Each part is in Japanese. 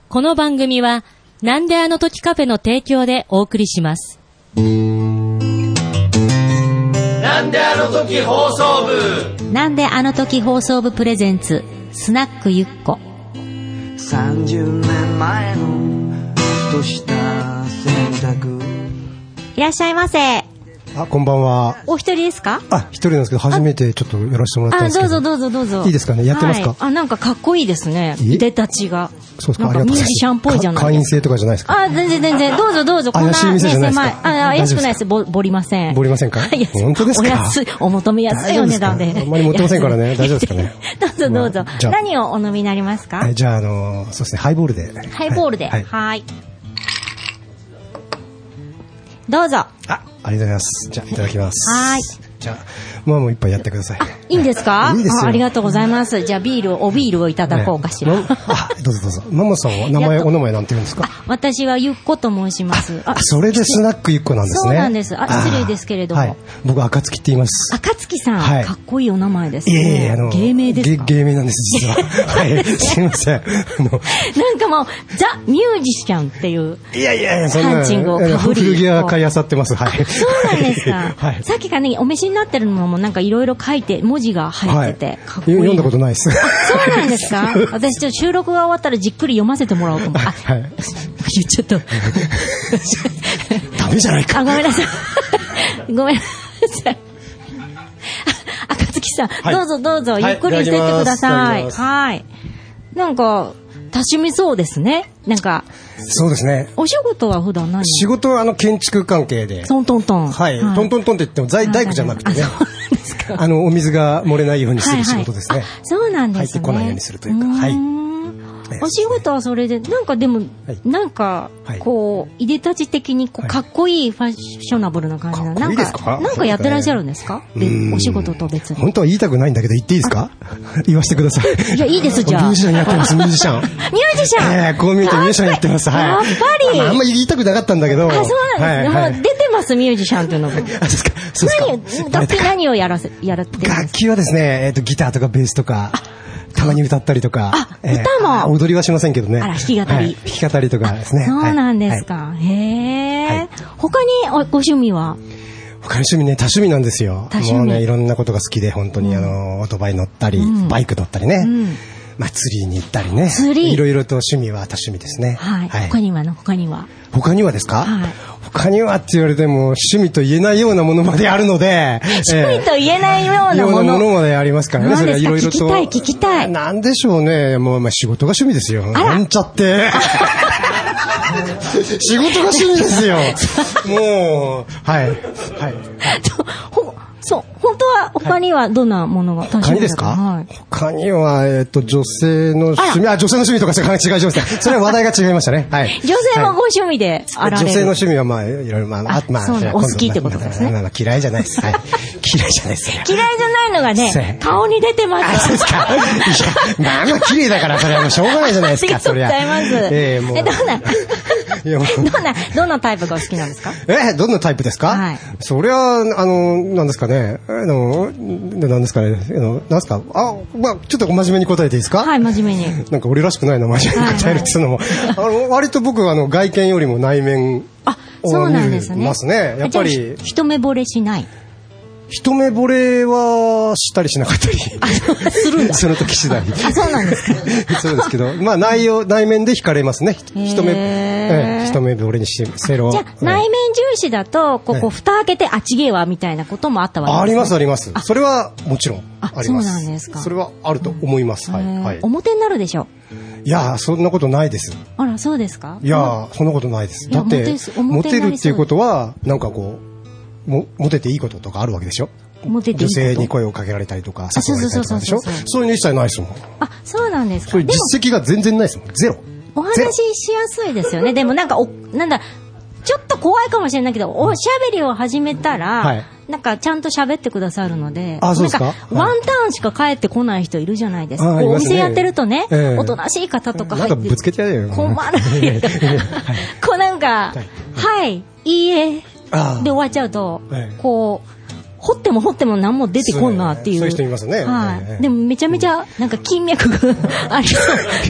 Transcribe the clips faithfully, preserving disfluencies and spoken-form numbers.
この番組はなんであの時カフェの提供でお送りします。 なんであの時放送部なんであの時放送部プレゼンツスナックゆっこ。 さんじゅうねんまえのふとした選択。 いらっしゃいませ。 あ、こんばんは。 お一人ですか？ あ、一人なんですけど、初めてちょっとやらせてもらったんですけど。 あ、どうぞどうぞどうぞ。 いいですかね、やってますか？ はい、あ、なんかかっこいいですね。いでたちが。 そうですか、 なんかミュージシャンっぽいじゃないですか。 会員制とかじゃないですか？ あ、全然全然。どうぞどうぞ。こんな、ね、 怪しい店じゃないですか？ あ、怪しくないです。ぼ、ぼりません。 ぼりませんか？本当ですか？ お安い、お求めやすいお値段で。 あんまり持ってませんからね。大丈夫ですかね？ どうぞどうぞ。まあ、何をお飲みになりますか？ じゃあ、あの、そうですね、ハイボールで。 ハイボールで。はい。はい。どうぞ。 あ、ありがとうございます。じゃあ、いただきます。 はい。 じゃあ、まあもう一杯やってください。 いいんですか？ いいですよ。 あ、ありがとうございます。じゃあビールを、おビールをいただこうかしら。 ね、あ、どうぞどうぞ。ママさんは名前、お名前なんて言うんですか？ 私はゆっこと申します。 あ、それでスナックゆっこなんですね。 そうなんです。あ、失礼ですけれども。はい、 僕、赤月って言います。 赤月さん、はい、かっこいいお名前ですね。いえいえ、 あの、芸名ですか？ 芸名なんです、実は。はい、すいません。あの、 なんかもう、ザ・ミュージシャンっていう。 いやいやいや、そんな。 ハンチングをかぶり。 古着屋買い漁ってます。はい。 そうなんですか。はい、さっきからね、お召しになってるのもなんかいろいろ書いて、文字が入ってて、かっこいい。 読んだことないです。 そうなんですか？私ちょっと収録が終わったらじっくり読ませてもらおうと思って。あ、はい、言っちゃった。 ダメじゃないか。 あ、ごめんなさい。ごめんなさい。赤月さん、はい、どうぞどうぞ、ゆっくりしてってください。はい。なんか、多趣味そうですね。なんか。 そうですね。 お仕事は普段何？ 仕事はあの建築関係で。 トントントン。 はい。はい、トントントンって言っても大大工じゃなくてね。あのお水が漏れないようにする仕事ですね。はいはい、 そうなんですね。 入ってこないようにするというか。はい。 お仕事はそれでなんかでも、はい、なんかこういでたち的にこうかっこいいファッショナブルな感じな、 なんかなんかやってらっしゃるんですか？お仕事と別に。 本当は言いたくないんだけど言っていいですか？言わせてください。 いやいいですじゃあ。 ミュージシャンやってます。ミュージシャン。 ミュージシャン。 ええ、こう見えてミュージシャンやってます。はい。 やっぱり。 あんまり言いたくなかったんだけど。 あ、そうなんですね。もう出てますミュージシャンっていうのが。あ、 ですか。 何楽器何をやらせやらってるんですか？ 楽器はですね、えっとギターとかベースとか。たまに歌ったりとか。 あ、歌も、 踊りはしませんけどね。 あら、弾き語り。はい、 弾き語りとかですね。 そうなんですか。へえ。他にご趣味は？ 他の趣味ね、多趣味なんですよ。 多趣味。 もうね、いろんなことが好きで、本当にあの、オートバイ乗ったり、バイク乗ったりね。まあ、釣りに行ったりね。 釣り。 いろいろと趣味は多趣味ですね。 はい。他にはの、他には他にはですか？ はい。 他にはって言われても趣味と言えないようなものまであるので、 趣味と言えないようなもの、 ようなものまでありますからね。それはいろいろと。 聞きたい聞きたい。 なんでしょうね。もうまあ仕事が趣味ですよ。なんちゃって。仕事が趣味ですよ。もうはいはい。 そう、本当は他にはどんなものが？ 他にですか？はい、他には、えっと、女性の趣味、あ、女性の趣味とか違いました。それは話題が違いましたね。はい。 女性もご趣味であられる。 女性の趣味はまあ、いろいろ、まあ、 あ、まあ、お好きってことですね。 嫌いじゃないです。はい。嫌いじゃないです。 嫌いじゃないのがね、顔に出てます。 あ、そうですか。まあまあ、綺麗だから、それはもうしょうがないじゃないですか、そりゃ。 ありがとうございます。 ええ、もう。 え、どんな、どんな、どんなタイプがお好きなんですか？ え、どんなタイプですか？はい。それは、あの、なんですかね。あの、なんですかね。あの、なんですか。あ、まあ、ちょっと真面目に答えていいですか？ はい、真面目に。 なんか俺らしくないな、真面目に答えるっていうのも。あの、割と僕は、あの、外見よりも内面を見ますね。やっぱり。 一目惚れしない。 一目惚れはしたりしなかったりするんだ。 その時次第。 あ、そうなんですか。 そうですけど、まあ内容内面で惹かれますね。一目、ええ、一目惚れにしてセロ。 じゃあ、内面重視だとここ蓋開けてあっちげえわみたいなこともあったわけですね。 ありますあります。それはもちろんあります。 そうなんですか。 それはあると思います。はいはい。 表になるでしょ。 いやそんなことないです。 あらそうですか。 いやそんなことないです。だってモテるっていうことはなんかこう。もモテていいこととかあるわけでしょ。 モテていいこと。 女性に声をかけられたりとか誘われたりとかでしょ。そういうの一切ないですもん。 あ、そうなんですか。 そういう実績が全然ないですもん。ゼロ。 お話ししやすいですよね。でもなんかおなんだちょっと怖いかもしれないけど、おしゃべりを始めたら、はい、なんかちゃんと喋ってくださるので、 あ、そうですか。 なんかワンターンしか帰ってこない人いるじゃないですか。お店やってるとね、えー、おとなしい方とか入ってなんかぶつけてやれよ。 困る。こうなんか、はい、いいえで終わっちゃうと、こう掘っても掘っても何も出てこんなっていう。 そういう人いますね。 はい。えー、でもめちゃめちゃ、なんか筋脈がありそう。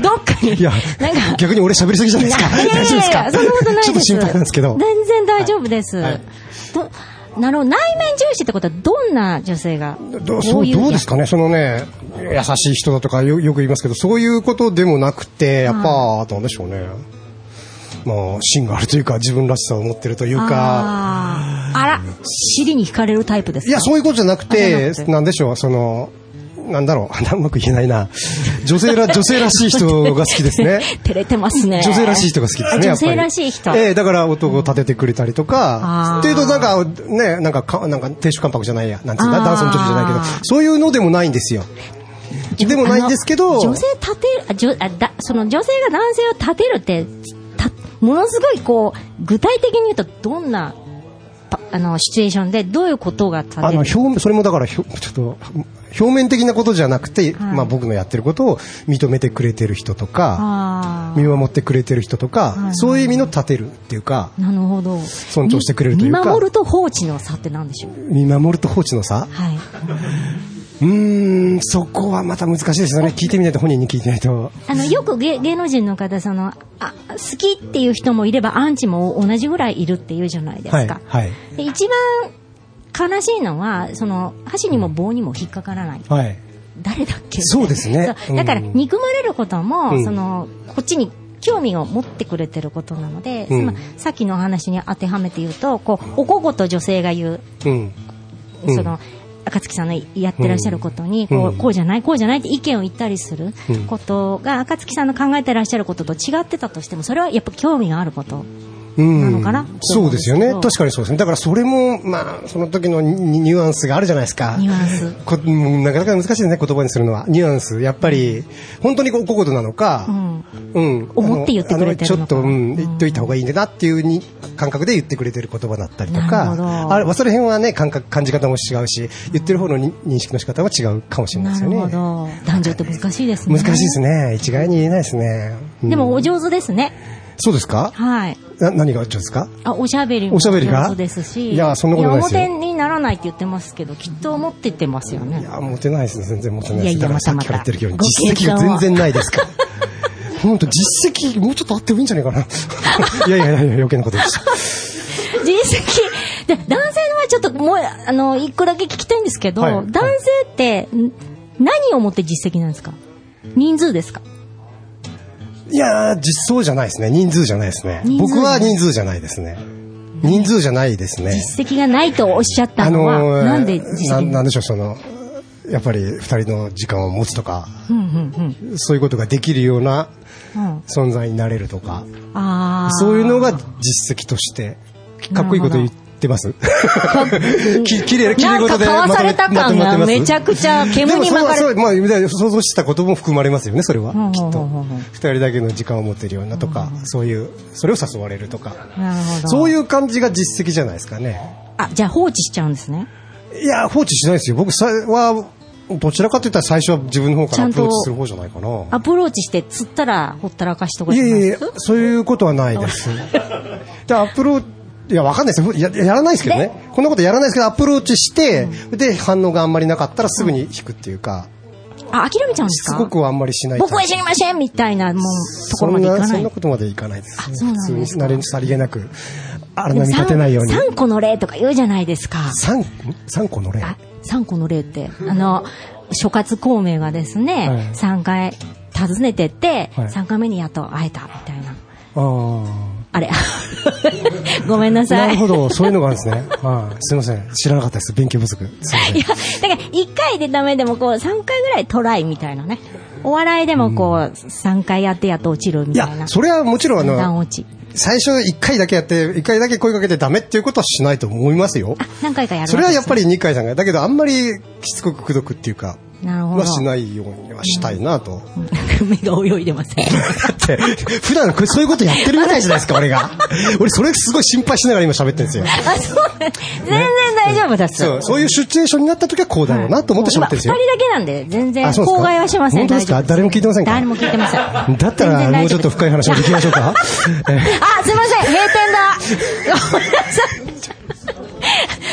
どっかに。いや、なんか。 逆に俺喋りすぎじゃないですか。 いやいやいや、大丈夫ですか？そんなことないです。 ちょっと心配なんですけど。 全然大丈夫です。はいはい、なるほど。内面重視ってことはどんな女性がどそうどうですかね。そのね、優しい人だとか よ, よく言いますけど、そういうことでもなくて、やっぱ、はい、どうでしょうね。まあ、芯があるというか、自分らしさを持ってるというか。 あ, あら、尻に惹かれるタイプですか？ いや、そういうことじゃなくて、なんでしょう、その、なんだろう、うまく言えないな。女性ら、女性らしい人が好きですね。 照れてますね。 女性らしい人が好きですね。 女性らしい人。 ええー、だから男を立ててくれたりとか、っていうとなんか、ね、なんか、かなんか、亭主関白じゃないや、なんつうの、男尊女卑じゃないけど、そういうのでもないんですよ。でもないんですけど。 女性立てる、あだその女性が男性を立てるって、たものすごいこう、具体的に言うとどんな、あの、シチュエーションでどういうことが立てる？あの、 表、それもだから、ちょっと、表面的なことじゃなくて、はい、まあ僕のやってることを認めてくれてる人とか、見守ってくれてる人とか、はいはい、そういう意味の立てるっていうか、 なるほど。 尊重してくれるというか。 見守ると放置の差って何でしょう？ 見守ると放置の差？はい。うーん、そこはまた難しいですよね。聞いてみないと、本人に聞いてないと。 あの、よく芸、芸能人の方、その、あ、好きっていう人もいれば、アンチも同じぐらいいるっていうじゃないですか。はい。はい、で一番悲しいのは、その、箸にも棒にも引っかからない。はい。誰だっけ？ そうですね。 そうだから、憎まれることも、うん、その、こっちに興味を持ってくれてることなので、うん、まあ、さっきのお話に当てはめて言うと、こう、おこごと女性が言う、うん、その、赤月さんのやってらっしゃることに、こう、うん、こうじゃないこうじゃないって意見を言ったりすることが、赤月さんの考えてらっしゃることと違ってたとしても、それはやっぱ興味があることなのかな、うん、 そうですよね。確かにそうですね。だからそれも、まあ、その時のニュアンスがあるじゃないですか。 ニュアンスこなかなか難しいですね、言葉にするのは。ニュアンスやっぱり本当におこごとなのか、うんうん、 思って言ってくれてるのか、 ちょっと、うん、言っといた方がいいんだなっていうに感覚で言ってくれてる言葉だったりとか、あれその辺はね、感覚感じ方も違うし、言ってる方の認識の仕方は違うかもしれないですよね。 なるほど。男女って難しいですね。 難しいですね。一概に言えないですね。 うん、でもお上手ですね。 そうですか？ はい。 な何が上手ですか？ あ、おしゃべりも上手ですし。 いや、そんなことないですよ。 表にならないって言ってますけど、きっと持ってってますよね。 いや、持てないですね。全然持てないです。 いやいや、またまた。 だからさっきから言ってるように実績が全然ないですから。本当実績もうちょっとあってもいいんじゃないかな。いやいやいや、余計なことです。 実績で、男性はちょっともうあの一個だけ聞きたいんですけど、はい、男性って何をもって実績なんですか？人数ですか？ いやー、実相じゃないですね。人数じゃないですね。僕は人数じゃないですね。人数じゃないですね。 実績がないとおっしゃったのは、あのー、なんで実績な, なんでしょう、そのやっぱり二人の時間を持つとか、うんうんうん、そういうことができるような存在になれるとか、うん、あそういうのが実績としてかっこいいこと言ってますききれいきれい事でなんか交わされた感がめちゃくちゃ煙に巻かれて、 まあ、想像したことも含まれますよね、それは、うん、きっと二人だけの時間を持てるようなとか、うん、そういうそれを誘われるとか、なるほど、そういう感じが実績じゃないですかね。 あ、じゃあ放置しちゃうんですね。 いや、放置しないですよ。僕はどちらかといったら最初は自分の方からアプローチする方じゃないかな。 アプローチして釣ったらほったらかしとかします？ いやいや、そういうことはないですでアプローチ、いや、わかんないですよ。や、やらないですけどね。こんなことやらないですけど、アプローチして、うん、で、反応があんまりなかったらすぐに引くっていうか。 あ、諦めちゃうんですか？ しつこくはあんまりしない。 僕は知りませんみたいな、もう、ところまでいかない。 そんなことまでいかないです。 あ、そうなんですか。 普通に、慣れさりげなく、荒波立てないように。 さんこの例とか言うじゃないですか。 三、三個の例？ さんこの例って、あの、諸葛孔明がですね、はい、さんかい訪ねてって、はい、さんかいめにやっと会えたみたいな。ああれごめんなさい。 なるほど、そういうのがあるんですね。ああ、すみません、知らなかったです。勉強不足。すいません。 いや、だからいっかいでダメでもこうさんかいぐらいトライみたいなね。お笑いでもこう、うん、さんかいやってやっと落ちるみたいな。いや、 それはもちろんあの段落ち。 最初いっかいだけやっていっかいだけ声かけてダメっていうことはしないと思いますよ。 あ、何回かやるわけですね。 それはやっぱりにかいさんかいだけど、あんまりしつこく口説くっていうか。 なるほど。 はしないようにはしたいなと。 うん、目が泳いでません。だって普段これそういうことやってるみたいじゃないですか、俺が。俺それすごい心配しながら今喋ってるんですよ。 あ、そう。全然大丈夫です。 そう、そういうシチュエーションになった時はこうだろうなと思って喋ってるんですよ。 ふたりだけなんで全然口外はしません。 本当ですか？誰も聞いてませんか？ 誰も聞いてません。 だったらもうちょっと深い話をできましょうか。 あ、すいません、閉店だ。ごめんなさい。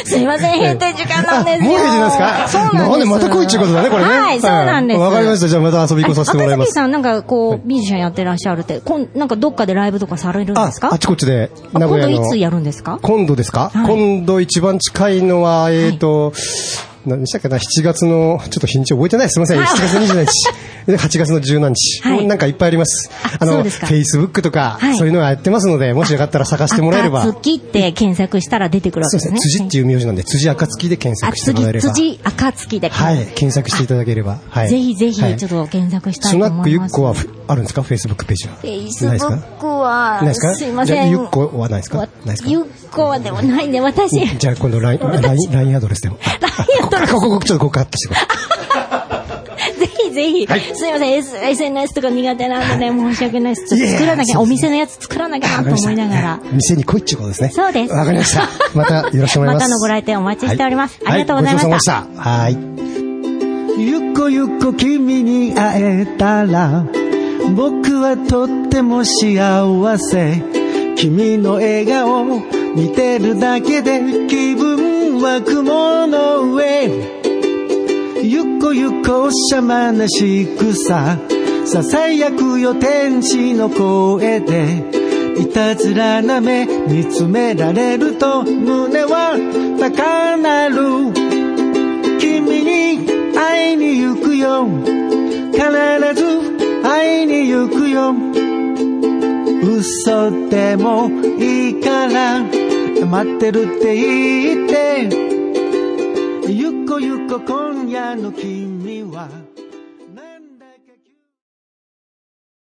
すいません、閉店時間なんですよ。 もう閉店なんですか？ そうなんです。 なんでまた来いっちゅうことだね、これね。 はい、そうなんです。 わかりました。じゃあまた遊び行かさせてもらいます。 赤月さん、なんかこう、ミュージシャンやってらっしゃるって、こんなんかどっかでライブとかされるんですか？ あ、あちこちで、名古屋の。 今度いつやるんですか？ 今度ですか？今度一番近いのは、えっと、何でしたっけな、しちがつの、ちょっと日にち覚えてない。すみません。しちがつにじゅうしちにち。はちがつのじゅうしちにち。はい、なんかいっぱいあります。あの、フェイスブックとか、はい、そういうのがやってますので、もしよかったら探してもらえれば。 赤月って検索したら出てくるわけですね。 そうですね。辻っていう名字なんで、辻赤月で検索してもらえれば。 辻赤月で。 はい。検索していただければ。はい。 ぜひぜひ、ちょっと検索したいと思います。 スナックゆっこはあるんですか？フェイスブックページは。 フェイスブックは、 ないですか？ すいません。 ゆっこはないですか？ないですか？ ゆっこはでもないんで、私。 じゃあ今度 ライン アドレスでも。 ラインアドレス。 ここ、ちょっとここカットしてください。 ぜひぜひ、はい、すいません、エスエヌエス とか苦手なんでね、申し訳ないです。ちょっと作らなきゃ、お店のやつ作らなきゃなと思いながら。 店に来いっちゅうことですね。 そうです。 わかりました。またよろしくお願いします。 またのご来店お待ちしております。はい、ありがとうございました。 ごちそうさまでした。はい。 ゆっこゆっこ君に会えたら、僕はとっても幸せ。君の笑顔見てるだけで気分は雲の上。ゆっこゆっこしゃまなしくさ、ささやくよ天使の声で、いたずらな目見つめられると胸は高鳴る。君に会いに行くよ、必ず会いに行くよ。嘘でもいいから待ってるって言って、ゆっこゆっこ今夜の君は